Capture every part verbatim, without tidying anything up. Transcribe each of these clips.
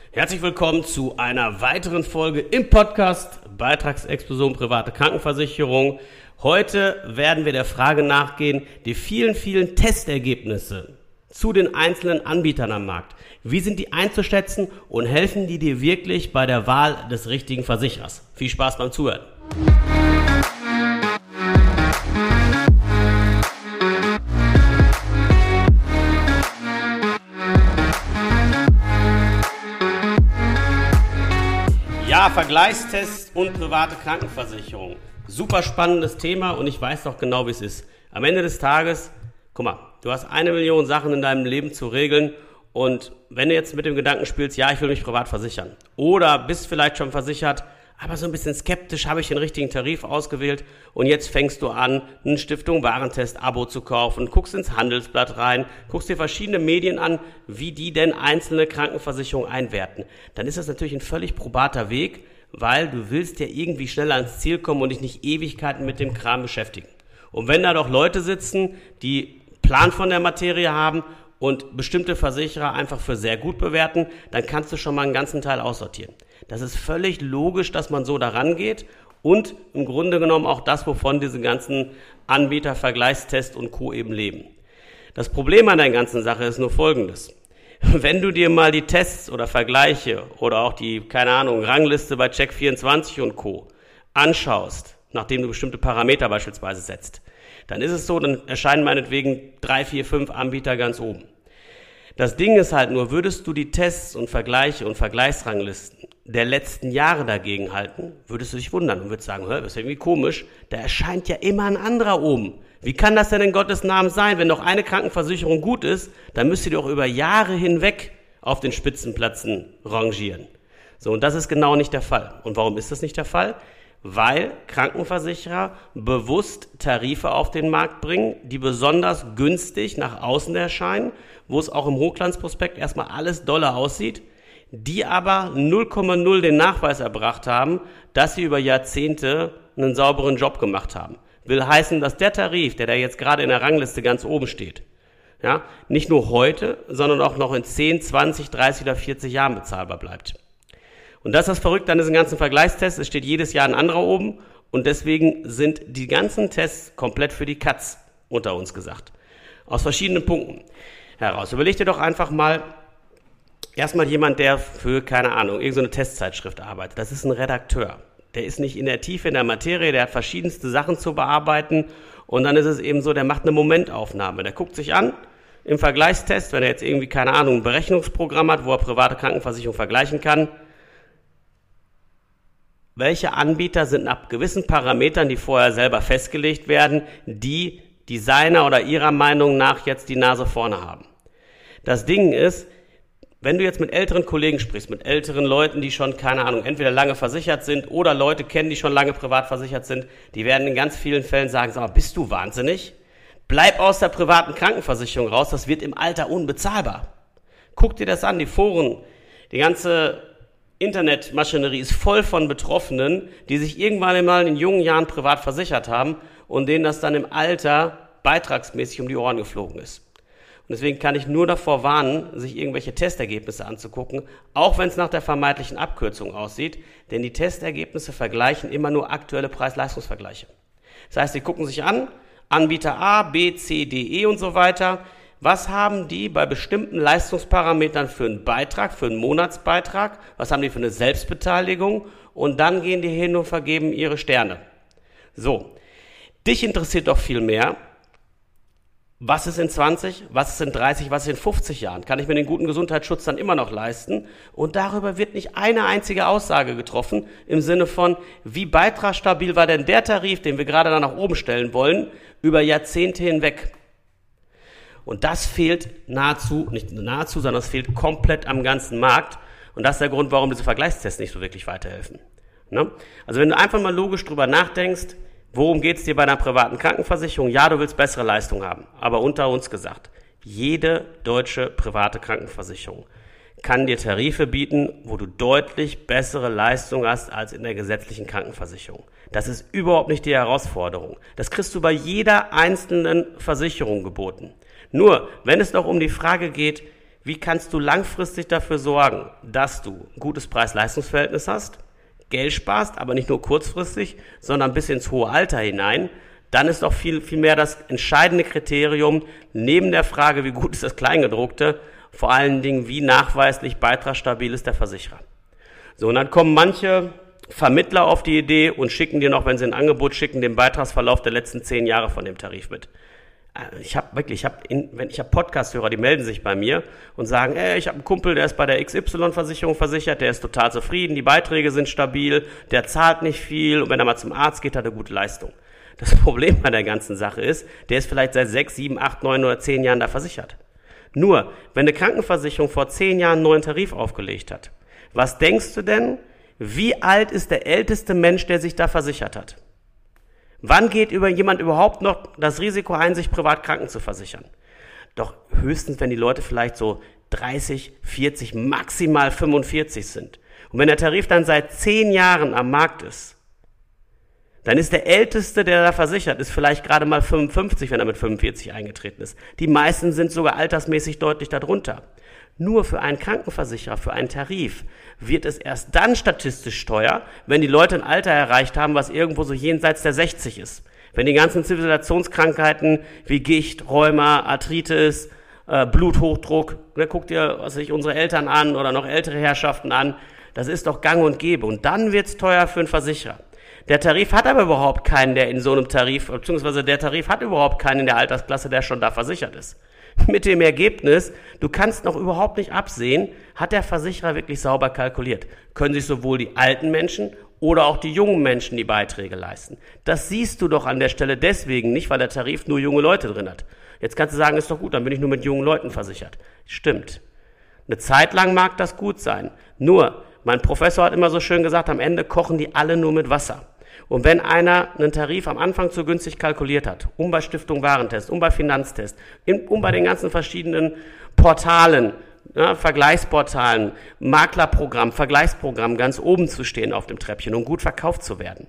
Herzlich willkommen zu einer weiteren Folge im Podcast Beitragsexplosion private Krankenversicherung. Heute werden wir der Frage nachgehen, die vielen, vielen Testergebnisse zu den einzelnen Anbietern am Markt. Wie sind die einzuschätzen und helfen die dir wirklich bei der Wahl des richtigen Versicherers? Viel Spaß beim Zuhören. Ja, Vergleichstests und private Krankenversicherung. Super spannendes Thema und ich weiß doch genau, wie es ist. Am Ende des Tages, guck mal, du hast eine Million Sachen in deinem Leben zu regeln und wenn du jetzt mit dem Gedanken spielst, ja, ich will mich privat versichern oder bist vielleicht schon versichert, aber so ein bisschen skeptisch, habe ich den richtigen Tarif ausgewählt und jetzt fängst du an, ein Stiftung Warentest-Abo zu kaufen, guckst ins Handelsblatt rein, guckst dir verschiedene Medien an, wie die denn einzelne Krankenversicherungen einwerten. Dann ist das natürlich ein völlig probater Weg, weil du willst ja irgendwie schneller ans Ziel kommen und dich nicht Ewigkeiten mit dem Kram beschäftigen. Und wenn da doch Leute sitzen, die Plan von der Materie haben und bestimmte Versicherer einfach für sehr gut bewerten, dann kannst du schon mal einen ganzen Teil aussortieren. Das ist völlig logisch, dass man so daran geht und im Grunde genommen auch das, wovon diese ganzen Anbieter, Vergleichstests und Co. eben leben. Das Problem an der ganzen Sache ist nur Folgendes. Wenn du dir mal die Tests oder Vergleiche oder auch die, keine Ahnung, Rangliste bei Check vierundzwanzig und Co. anschaust, nachdem du bestimmte Parameter beispielsweise setzt, dann ist es so, dann erscheinen meinetwegen drei, vier, fünf Anbieter ganz oben. Das Ding ist halt nur, würdest du die Tests und Vergleiche und Vergleichsranglisten der letzten Jahre dagegen halten, würdest du dich wundern und würdest sagen, hör, das ist irgendwie komisch, da erscheint ja immer ein anderer oben. Wie kann das denn in Gottes Namen sein? Wenn doch eine Krankenversicherung gut ist, dann müsst ihr doch über Jahre hinweg auf den Spitzenplätzen rangieren. So, und das ist genau nicht der Fall. Und warum ist das nicht der Fall? Weil Krankenversicherer bewusst Tarife auf den Markt bringen, die besonders günstig nach außen erscheinen, wo es auch im Hochglanzprospekt erstmal alles doller aussieht, die aber null Komma null den Nachweis erbracht haben, dass sie über Jahrzehnte einen sauberen Job gemacht haben. Will heißen, dass der Tarif, der da jetzt gerade in der Rangliste ganz oben steht, ja, nicht nur heute, sondern auch noch in zehn, zwanzig, dreißig oder vierzig Jahren bezahlbar bleibt. Und das ist das Verrückte an diesen ganzen Vergleichstests. Es steht jedes Jahr ein anderer oben und deswegen sind die ganzen Tests komplett für die Katz, unter uns gesagt. Aus verschiedenen Punkten heraus. Überleg dir doch einfach mal, erstmal jemand, der für, keine Ahnung, irgendeine Testzeitschrift arbeitet. Das ist ein Redakteur. Der ist nicht in der Tiefe in der Materie, der hat verschiedenste Sachen zu bearbeiten und dann ist es eben so, der macht eine Momentaufnahme. Der guckt sich an im Vergleichstest, wenn er jetzt irgendwie, keine Ahnung, ein Berechnungsprogramm hat, wo er private Krankenversicherung vergleichen kann, welche Anbieter sind ab gewissen Parametern, die vorher selber festgelegt werden, die die seiner oder ihrer Meinung nach jetzt die Nase vorne haben. Das Ding ist, wenn du jetzt mit älteren Kollegen sprichst, mit älteren Leuten, die schon, keine Ahnung, entweder lange versichert sind oder Leute kennen, die schon lange privat versichert sind, die werden in ganz vielen Fällen sagen, sag mal, bist du wahnsinnig? Bleib aus der privaten Krankenversicherung raus, das wird im Alter unbezahlbar. Guck dir das an, die Foren, die ganze Internetmaschinerie ist voll von Betroffenen, die sich irgendwann einmal in jungen Jahren privat versichert haben und denen das dann im Alter beitragsmäßig um die Ohren geflogen ist. Und deswegen kann ich nur davor warnen, sich irgendwelche Testergebnisse anzugucken, auch wenn es nach der vermeintlichen Abkürzung aussieht, denn die Testergebnisse vergleichen immer nur aktuelle Preis-Leistungs-Vergleiche. Das heißt, sie gucken sich an, Anbieter A, B, C, D, E und so weiter. Was haben die bei bestimmten Leistungsparametern für einen Beitrag, für einen Monatsbeitrag? Was haben die für eine Selbstbeteiligung? Und dann gehen die hin und vergeben ihre Sterne. So, dich interessiert doch viel mehr, was ist in zwanzig, was ist in dreißig, was ist in fünfzig Jahren? Kann ich mir den guten Gesundheitsschutz dann immer noch leisten? Und darüber wird nicht eine einzige Aussage getroffen im Sinne von, wie beitragsstabil war denn der Tarif, den wir gerade da nach oben stellen wollen, über Jahrzehnte hinweg? Und das fehlt nahezu, nicht nahezu, sondern es fehlt komplett am ganzen Markt. Und das ist der Grund, warum diese Vergleichstests nicht so wirklich weiterhelfen. Ne? Also wenn du einfach mal logisch drüber nachdenkst, worum geht es dir bei einer privaten Krankenversicherung? Ja, du willst bessere Leistung haben. Aber unter uns gesagt, jede deutsche private Krankenversicherung kann dir Tarife bieten, wo du deutlich bessere Leistung hast als in der gesetzlichen Krankenversicherung. Das ist überhaupt nicht die Herausforderung. Das kriegst du bei jeder einzelnen Versicherung geboten. Nur, wenn es doch um die Frage geht, Wie kannst du langfristig dafür sorgen, dass du ein gutes Preis-Leistungs-Verhältnis hast, Geld sparst, aber nicht nur kurzfristig, sondern bis ins hohe Alter hinein? Dann ist doch viel, viel mehr das entscheidende Kriterium, neben der Frage, wie gut ist das Kleingedruckte, vor allen Dingen, wie nachweislich beitragsstabil ist der Versicherer. So, und dann kommen manche Vermittler auf die Idee und schicken dir noch, wenn sie ein Angebot schicken, den Beitragsverlauf der letzten zehn Jahre von dem Tarif mit. Ich habe wirklich, ich habe wenn ich habe Podcast-Hörer, die melden sich bei mir und sagen, ey, ich habe einen Kumpel, der ist bei der X Y-Versicherung versichert, der ist total zufrieden, die Beiträge sind stabil, der zahlt nicht viel und wenn er mal zum Arzt geht, hat er gute Leistung. Das Problem bei der ganzen Sache ist, der ist vielleicht seit sechs, sieben, acht, neun oder zehn Jahren da versichert. Nur, wenn eine Krankenversicherung vor zehn Jahren einen neuen Tarif aufgelegt hat, was denkst du denn, wie alt ist der älteste Mensch, der sich da versichert hat? Wann geht über jemand überhaupt noch das Risiko ein, sich privat kranken zu versichern? Doch höchstens, wenn die Leute vielleicht so dreißig, vierzig, maximal fünfundvierzig sind. Und wenn der Tarif dann seit zehn Jahren am Markt ist, dann ist der Älteste, der da versichert ist, vielleicht gerade mal fünfundfünfzig, wenn er mit fünfundvierzig eingetreten ist. Die meisten sind sogar altersmäßig deutlich darunter. Nur für einen Krankenversicherer, für einen Tarif, wird es erst dann statistisch teuer, wenn die Leute ein Alter erreicht haben, was irgendwo so jenseits der sechzig ist. Wenn die ganzen Zivilisationskrankheiten wie Gicht, Rheuma, Arthritis, äh, Bluthochdruck, ne, guck dir was ich, unsere Eltern an oder noch ältere Herrschaften an, das ist doch gang und gäbe. Und dann wird's teuer für einen Versicherer. Der Tarif hat aber überhaupt keinen, der in so einem Tarif, beziehungsweise der Tarif hat überhaupt keinen in der Altersklasse, der schon da versichert ist. Mit dem Ergebnis, du kannst noch überhaupt nicht absehen, hat der Versicherer wirklich sauber kalkuliert. Können sich sowohl die alten Menschen oder auch die jungen Menschen die Beiträge leisten. Das siehst du doch an der Stelle deswegen nicht, weil der Tarif nur junge Leute drin hat. Jetzt kannst du sagen, ist doch gut, dann bin ich nur mit jungen Leuten versichert. Stimmt. Eine Zeit lang mag das gut sein. Nur, mein Professor hat immer so schön gesagt, am Ende kochen die alle nur mit Wasser. Und wenn einer einen Tarif am Anfang zu günstig kalkuliert hat, um bei Stiftung Warentest, um bei Finanztest, um bei den ganzen verschiedenen Portalen, ja, Vergleichsportalen, Maklerprogramm, Vergleichsprogramm ganz oben zu stehen auf dem Treppchen und gut verkauft zu werden,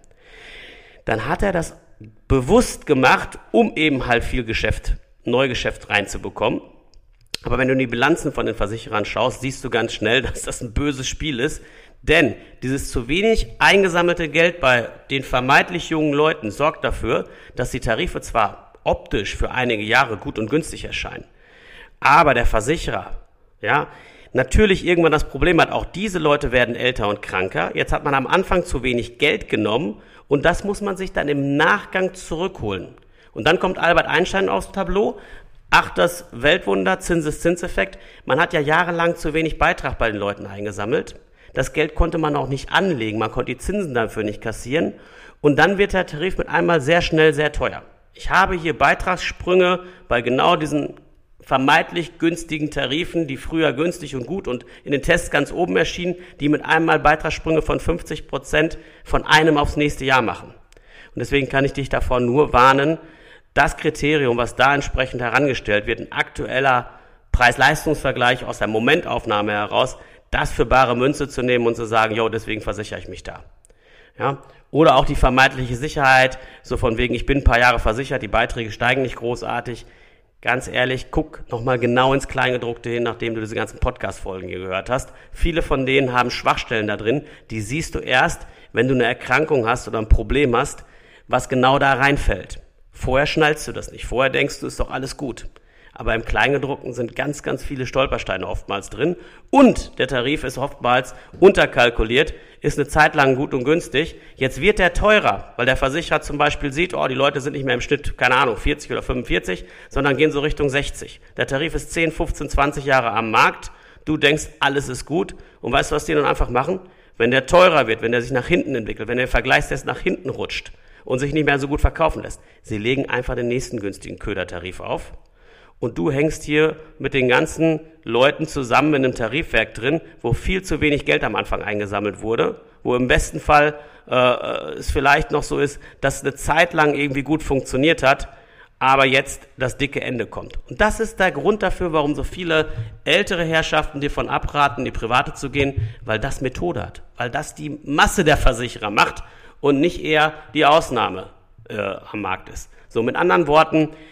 dann hat er das bewusst gemacht, um eben halt viel Geschäft, Neugeschäft reinzubekommen. Aber wenn du in die Bilanzen von den Versicherern schaust, siehst du ganz schnell, dass das ein böses Spiel ist. Denn dieses zu wenig eingesammelte Geld bei den vermeintlich jungen Leuten sorgt dafür, dass die Tarife zwar optisch für einige Jahre gut und günstig erscheinen, aber der Versicherer, ja, natürlich irgendwann das Problem hat, auch diese Leute werden älter und kranker. Jetzt hat man am Anfang zu wenig Geld genommen und das muss man sich dann im Nachgang zurückholen. Und dann kommt Albert Einstein aufs Tableau. Ach, das Weltwunder, Zinseszinseffekt. Man hat ja jahrelang zu wenig Beitrag bei den Leuten eingesammelt. Das Geld konnte man auch nicht anlegen, man konnte die Zinsen dafür nicht kassieren und dann wird der Tarif mit einmal sehr schnell sehr teuer. Ich habe hier Beitragssprünge bei genau diesen vermeintlich günstigen Tarifen, die früher günstig und gut und in den Tests ganz oben erschienen, die mit einmal Beitragssprünge von fünfzig Prozent von einem aufs nächste Jahr machen. Und deswegen kann ich dich davor nur warnen, das Kriterium, was da entsprechend herangestellt wird, ein aktueller Preis-Leistungs-Vergleich aus der Momentaufnahme heraus, das für bare Münze zu nehmen und zu sagen, jo, deswegen versichere ich mich da. Ja? Oder auch die vermeintliche Sicherheit, so von wegen, ich bin ein paar Jahre versichert, die Beiträge steigen nicht großartig. Ganz ehrlich, guck nochmal genau ins Kleingedruckte hin, nachdem du diese ganzen Podcast-Folgen hier gehört hast. Viele von denen haben Schwachstellen da drin, die siehst du erst, wenn du eine Erkrankung hast oder ein Problem hast, was genau da reinfällt. Vorher schnallst du das nicht, vorher denkst du, ist doch alles gut. Aber im Kleingedruckten sind ganz, ganz viele Stolpersteine oftmals drin und der Tarif ist oftmals unterkalkuliert, ist eine Zeit lang gut und günstig. Jetzt wird der teurer, weil der Versicherer zum Beispiel sieht, oh, die Leute sind nicht mehr im Schnitt, keine Ahnung, vierzig oder fünfundvierzig, sondern gehen so Richtung sechzig. Der Tarif ist zehn, fünfzehn, zwanzig Jahre am Markt, du denkst, alles ist gut und weißt du, was die dann einfach machen? Wenn der teurer wird, wenn der sich nach hinten entwickelt, wenn der Vergleichstest nach hinten rutscht und sich nicht mehr so gut verkaufen lässt, sie legen einfach den nächsten günstigen Ködertarif auf. Und du hängst hier mit den ganzen Leuten zusammen in einem Tarifwerk drin, wo viel zu wenig Geld am Anfang eingesammelt wurde, wo im besten Fall äh, es vielleicht noch so ist, dass es eine Zeit lang irgendwie gut funktioniert hat, aber jetzt das dicke Ende kommt. Und das ist der Grund dafür, warum so viele ältere Herrschaften dir von abraten, in die Private zu gehen, weil das Methode hat, weil das die Masse der Versicherer macht und nicht eher die Ausnahme äh, am Markt ist. So, mit anderen Worten,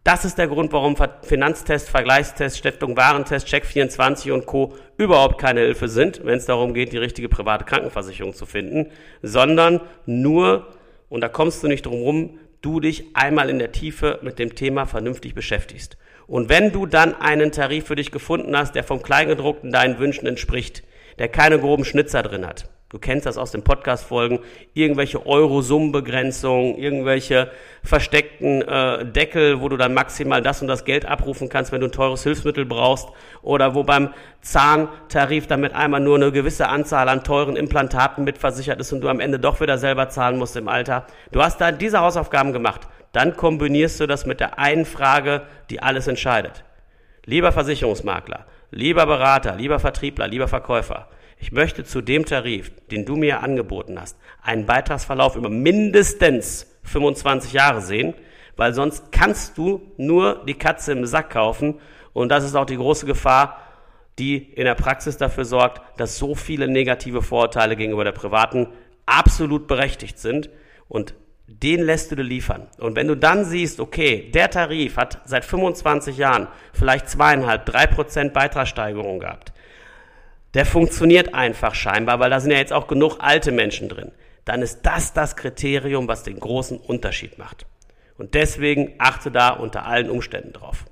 Das ist der Grund, warum Finanztest, Vergleichstest, Stiftung Warentest, Check vierundzwanzig und Co. überhaupt keine Hilfe sind, wenn es darum geht, die richtige private Krankenversicherung zu finden, sondern nur, und da kommst du nicht drum rum, du dich einmal in der Tiefe mit dem Thema vernünftig beschäftigst. Und wenn du dann einen Tarif für dich gefunden hast, der vom Kleingedruckten deinen Wünschen entspricht, der keine groben Schnitzer drin hat, du kennst das aus den Podcast-Folgen, irgendwelche Euro-Summenbegrenzungen, irgendwelche versteckten äh, Deckel, wo du dann maximal das und das Geld abrufen kannst, wenn du ein teures Hilfsmittel brauchst, oder wo beim Zahntarif damit einmal nur eine gewisse Anzahl an teuren Implantaten mitversichert ist und du am Ende doch wieder selber zahlen musst im Alter. Du hast da diese Hausaufgaben gemacht. Dann kombinierst du das mit der einen Frage, die alles entscheidet. Lieber Versicherungsmakler, lieber Berater, lieber Vertriebler, lieber Verkäufer, ich möchte zu dem Tarif, den du mir angeboten hast, einen Beitragsverlauf über mindestens fünfundzwanzig Jahre sehen, weil sonst kannst du nur die Katze im Sack kaufen und das ist auch die große Gefahr, die in der Praxis dafür sorgt, dass so viele negative Vorurteile gegenüber der privaten absolut berechtigt sind und den lässt du dir liefern. Und wenn du dann siehst, okay, der Tarif hat seit fünfundzwanzig Jahren vielleicht zweieinhalb, drei Prozent Beitragssteigerung gehabt, der funktioniert einfach scheinbar, weil da sind ja jetzt auch genug alte Menschen drin. Dann ist das das Kriterium, was den großen Unterschied macht. Und deswegen achte da unter allen Umständen drauf.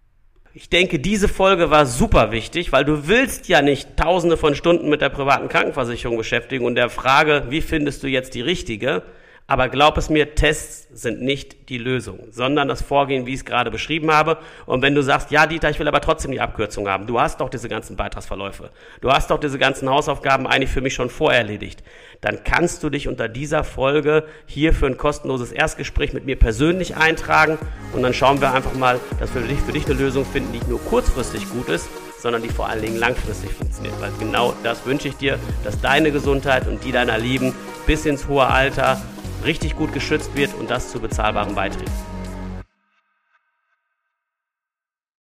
Ich denke, diese Folge war super wichtig, weil du willst ja nicht tausende von Stunden mit der privaten Krankenversicherung beschäftigen und der Frage, wie findest du jetzt die richtige? Aber glaub es mir, Tests sind nicht die Lösung, sondern das Vorgehen, wie ich es gerade beschrieben habe. Und wenn du sagst, ja Dieter, ich will aber trotzdem die Abkürzung haben, du hast doch diese ganzen Beitragsverläufe, du hast doch diese ganzen Hausaufgaben eigentlich für mich schon vorerledigt, dann kannst du dich unter dieser Folge hier für ein kostenloses Erstgespräch mit mir persönlich eintragen und dann schauen wir einfach mal, dass wir für dich, für dich eine Lösung finden, die nicht nur kurzfristig gut ist, sondern die vor allen Dingen langfristig funktioniert. Weil genau das wünsche ich dir, dass deine Gesundheit und die deiner Lieben bis ins hohe Alter richtig gut geschützt wird und das zu bezahlbaren Beiträgen.